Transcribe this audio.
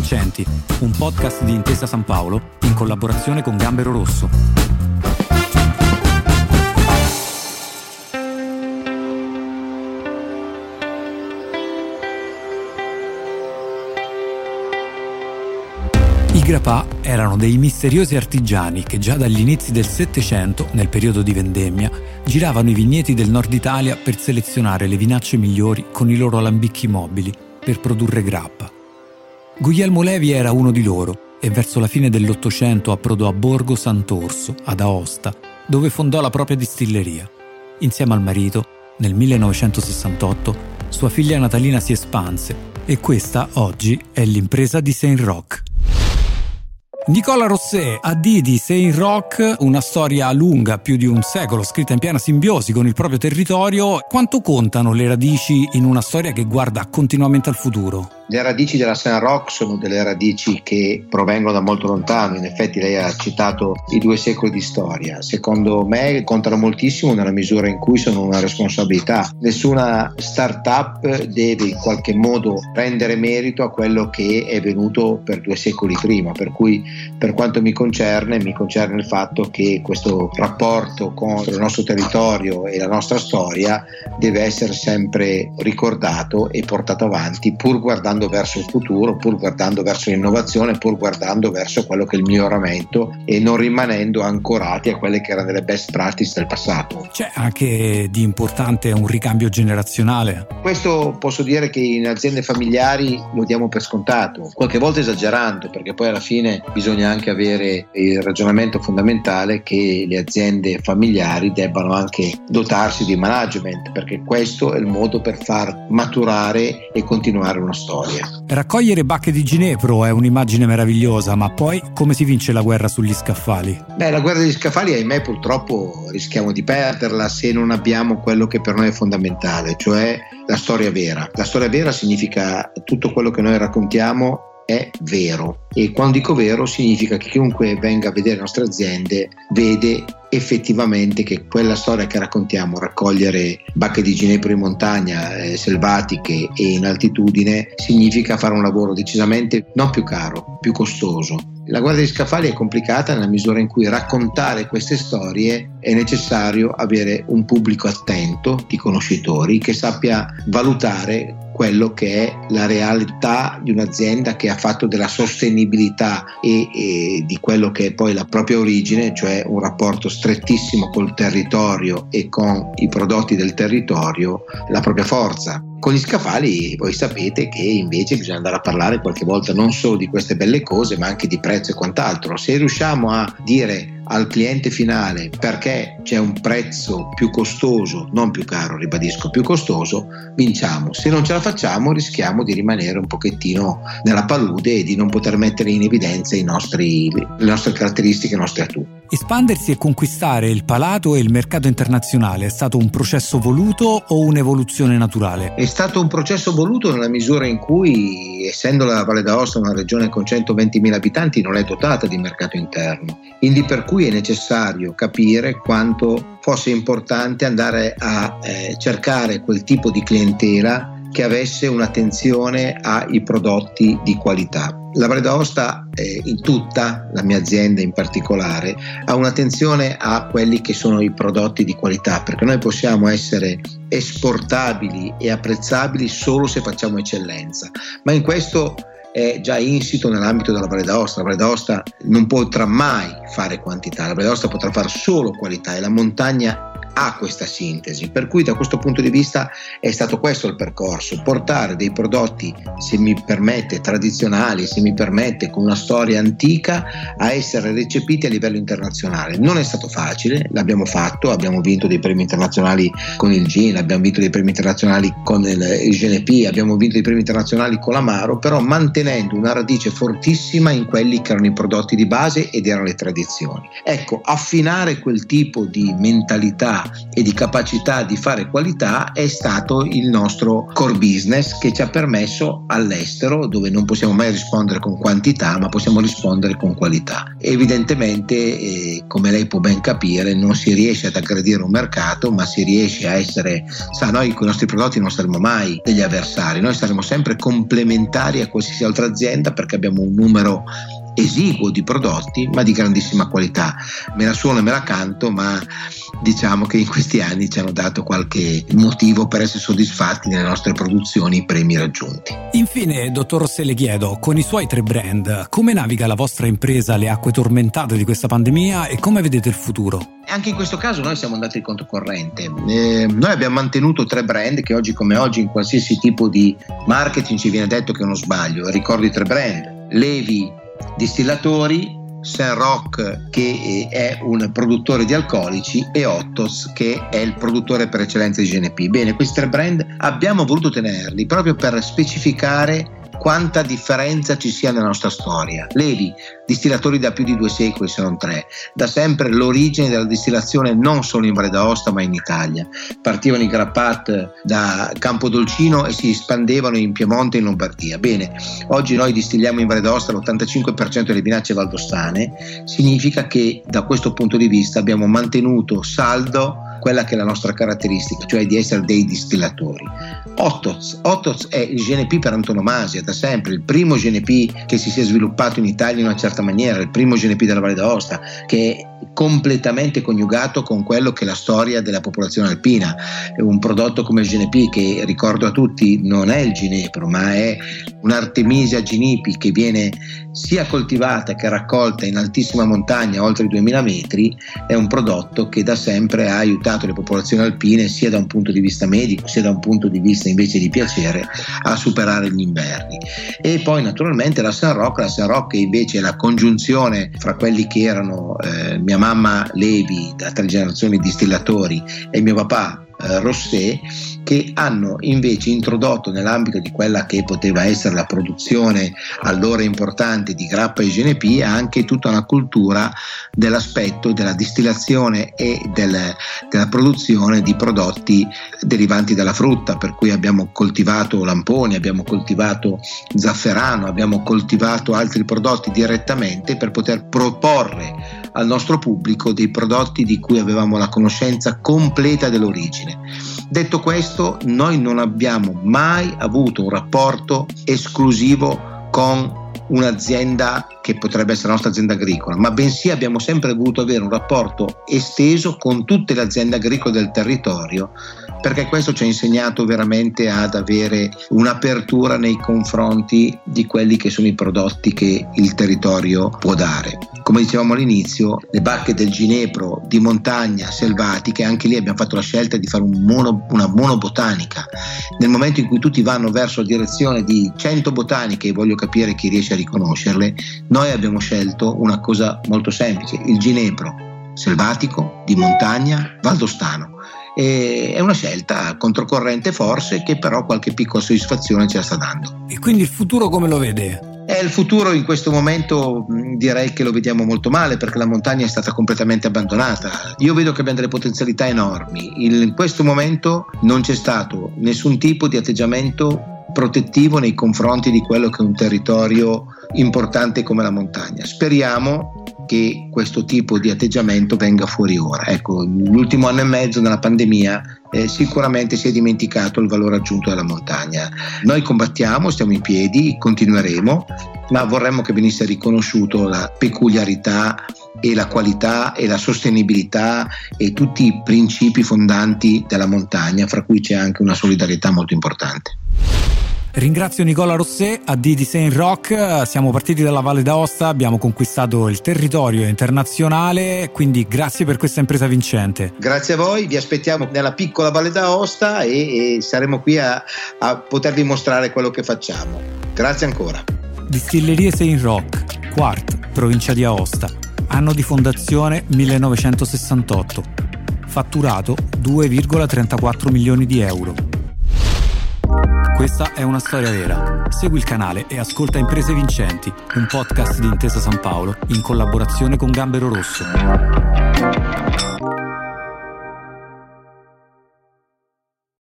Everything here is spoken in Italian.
Accenti, un podcast di Intesa San Paolo in collaborazione con Gambero Rosso. I grapà erano dei misteriosi artigiani che già dagli inizi del Settecento, nel periodo di vendemmia, giravano i vigneti del nord Italia per selezionare le vinacce migliori con i loro alambicchi mobili per produrre grappa. Guglielmo Levi era uno di loro e verso la fine dell'Ottocento approdò a Borgo Sant'Orso, ad Aosta, dove fondò la propria distilleria. Insieme al marito, nel 1968, sua figlia Natalina si espanse e questa oggi è l'impresa di Saint Roch. Nicola Rosset, AD di Saint Roch, una storia lunga, più di un secolo, scritta in piena simbiosi con il proprio territorio. Quanto contano le radici in una storia che guarda continuamente al futuro? Le radici della Saint Roch sono delle radici che provengono da molto lontano. In effetti lei ha citato i 2 secoli di storia. Secondo me contano moltissimo nella misura in cui sono una responsabilità. Nessuna start-up deve in qualche modo rendere merito a quello che è venuto per 2 secoli prima, per cui per quanto mi concerne il fatto che questo rapporto con il nostro territorio e la nostra storia deve essere sempre ricordato e portato avanti, pur guardando verso il futuro, pur guardando verso l'innovazione, pur guardando verso quello che è il miglioramento e non rimanendo ancorati a quelle che erano delle best practice del passato. C'è anche di importante un ricambio generazionale. Questo posso dire che in aziende familiari lo diamo per scontato, qualche volta esagerando, perché poi alla fine bisogna anche avere il ragionamento fondamentale che le aziende familiari debbano anche dotarsi di management, perché questo è il modo per far maturare e continuare una storia. Raccogliere bacche di ginepro è un'immagine meravigliosa, ma poi come si vince la guerra sugli scaffali? La guerra degli scaffali, ahimè, purtroppo rischiamo di perderla se non abbiamo quello che per noi è fondamentale, cioè la storia vera. La storia vera significa tutto quello che noi raccontiamo è vero, e quando dico vero significa che chiunque venga a vedere le nostre aziende vede effettivamente che quella storia che raccontiamo, raccogliere bacche di ginepro in montagna, selvatiche e in altitudine, significa fare un lavoro decisamente non più caro, più costoso. La guerra degli scaffali è complicata nella misura in cui raccontare queste storie è necessario avere un pubblico attento di conoscitori che sappia valutare quello che è la realtà di un'azienda che ha fatto della sostenibilità e di quello che è poi la propria origine, cioè un rapporto strettissimo col territorio e con i prodotti del territorio, la propria forza. Con gli scaffali voi sapete che invece bisogna andare a parlare qualche volta non solo di queste belle cose, ma anche di prezzo e quant'altro. Se riusciamo a dire al cliente finale perché c'è un prezzo più costoso, non più caro, ribadisco, più costoso, vinciamo. Se non ce la facciamo rischiamo di rimanere un pochettino nella palude e di non poter mettere in evidenza le nostre caratteristiche, i nostri atu. Espandersi e conquistare il palato e il mercato internazionale è stato un processo voluto o un'evoluzione naturale? È stato un processo voluto nella misura in cui, essendo la Valle d'Aosta una regione con 120.000 abitanti, non è dotata di mercato interno. Quindi per cui è necessario capire quanto fosse importante andare a cercare quel tipo di clientela che avesse un'attenzione ai prodotti di qualità. La Valle d'Aosta, in tutta la mia azienda in particolare, ha un'attenzione a quelli che sono i prodotti di qualità, perché noi possiamo essere esportabili e apprezzabili solo se facciamo eccellenza, ma in questo è già insito nell'ambito della Valle d'Aosta. La Valle d'Aosta non potrà mai fare quantità, la Valle d'Aosta potrà fare solo qualità e la montagna ha questa sintesi, per cui da questo punto di vista è stato questo il percorso: portare dei prodotti, se mi permette, tradizionali, se mi permette con una storia antica, a essere recepiti a livello internazionale. Non è stato facile, l'abbiamo fatto, abbiamo vinto dei premi internazionali con il gin, abbiamo vinto dei premi internazionali con il GNP, abbiamo vinto dei premi internazionali con l'amaro, però mantenendo una radice fortissima in quelli che erano i prodotti di base ed erano le tradizioni. Ecco, affinare quel tipo di mentalità e di capacità di fare qualità è stato il nostro core business, che ci ha permesso all'estero, dove non possiamo mai rispondere con quantità ma possiamo rispondere con qualità. Evidentemente, come lei può ben capire, non si riesce ad aggredire un mercato, ma si riesce a essere, noi con i nostri prodotti non saremo mai degli avversari, noi saremo sempre complementari a qualsiasi altra azienda, perché abbiamo un numero esiguo di prodotti ma di grandissima qualità. Me la suono e me la canto, ma diciamo che in questi anni ci hanno dato qualche motivo per essere soddisfatti nelle nostre produzioni, i premi raggiunti. Infine, dottor Rossè, le chiedo, con i suoi 3 brand, come naviga la vostra impresa le acque tormentate di questa pandemia e come vedete il futuro? Anche in questo caso noi siamo andati in controcorrente. Noi abbiamo mantenuto 3 brand che oggi come oggi in qualsiasi tipo di marketing ci viene detto che è uno sbaglio. Ricordo i 3 brand: Levi distillatori, Saint Roch che è un produttore di alcolici e Ottos che è il produttore per eccellenza di GNP. Bene, questi 3 brand abbiamo voluto tenerli proprio per specificare quanta differenza ci sia nella nostra storia. Levi, distillatori da più di 2 secoli, se non 3. Da sempre l'origine della distillazione non solo in Valle d'Aosta ma in Italia. Partivano i Grappat da Campodolcino e si espandevano in Piemonte e in Lombardia. Bene, oggi noi distilliamo in Valle d'Aosta l'85% delle vinacce valdostane. Significa che da questo punto di vista abbiamo mantenuto saldo quella che è la nostra caratteristica, cioè di essere dei distillatori. Ottos è il GNP per antonomasia, da sempre il primo GNP che si sia sviluppato in Italia in una certa maniera, il primo GNP della Valle d'Aosta, che è completamente coniugato con quello che è la storia della popolazione alpina. È un prodotto come il GNP, che ricordo a tutti non è il ginepro ma è un'Artemisia ginipi che viene sia coltivata che raccolta in altissima montagna, oltre i 2000 metri, è un prodotto che da sempre ha aiutato le popolazioni alpine sia da un punto di vista medico sia da un punto di vista invece di piacere a superare gli inverni. E poi naturalmente la Saint Roch che invece è la congiunzione fra quelli che erano mia mamma Levi da 3 generazioni di distillatori e mio papà Rossè, che hanno invece introdotto nell'ambito di quella che poteva essere la produzione allora importante di grappa e GNP anche tutta una cultura dell'aspetto della distillazione e della produzione di prodotti derivanti dalla frutta, per cui abbiamo coltivato lamponi, abbiamo coltivato zafferano, abbiamo coltivato altri prodotti direttamente per poter proporre al nostro pubblico dei prodotti di cui avevamo la conoscenza completa dell'origine. Detto questo, noi non abbiamo mai avuto un rapporto esclusivo con un'azienda che potrebbe essere la nostra azienda agricola, ma bensì abbiamo sempre voluto avere un rapporto esteso con tutte le aziende agricole del territorio, perché questo ci ha insegnato veramente ad avere un'apertura nei confronti di quelli che sono i prodotti che il territorio può dare. Come dicevamo all'inizio, le bacche del ginepro di montagna selvatiche, anche lì abbiamo fatto la scelta di fare una monobotanica. Nel momento in cui tutti vanno verso la direzione di 100 botaniche, e voglio capire chi riesce a riconoscerle, noi abbiamo scelto una cosa molto semplice: il ginepro selvatico di montagna valdostano. E è una scelta controcorrente forse, che però qualche piccola soddisfazione ce la sta dando. E quindi il futuro come lo vede? Il futuro in questo momento direi che lo vediamo molto male, perché la montagna è stata completamente abbandonata. Io vedo che abbiamo delle potenzialità enormi. In questo momento non c'è stato nessun tipo di atteggiamento protettivo nei confronti di quello che è un territorio importante come la montagna. Speriamo che questo tipo di atteggiamento venga fuori ora. Ecco, l'ultimo anno e mezzo nella pandemia sicuramente si è dimenticato il valore aggiunto della montagna. Noi combattiamo, stiamo in piedi, continueremo, ma vorremmo che venisse riconosciuto la peculiarità e la qualità e la sostenibilità e tutti i principi fondanti della montagna, fra cui c'è anche una solidarietà molto importante. Ringrazio Nicola Rossè, AD di Saint Roch. Siamo partiti dalla Valle d'Aosta, abbiamo conquistato il territorio internazionale, quindi grazie per questa impresa vincente. Grazie a voi, vi aspettiamo nella piccola Valle d'Aosta e saremo qui a potervi mostrare quello che facciamo. Grazie ancora. Distillerie Saint Roch, Quart, provincia di Aosta. Anno di fondazione 1968. Fatturato 2,34 milioni di euro. Questa è una storia vera. Segui il canale e ascolta Imprese Vincenti, un podcast di Intesa San Paolo in collaborazione con Gambero Rosso.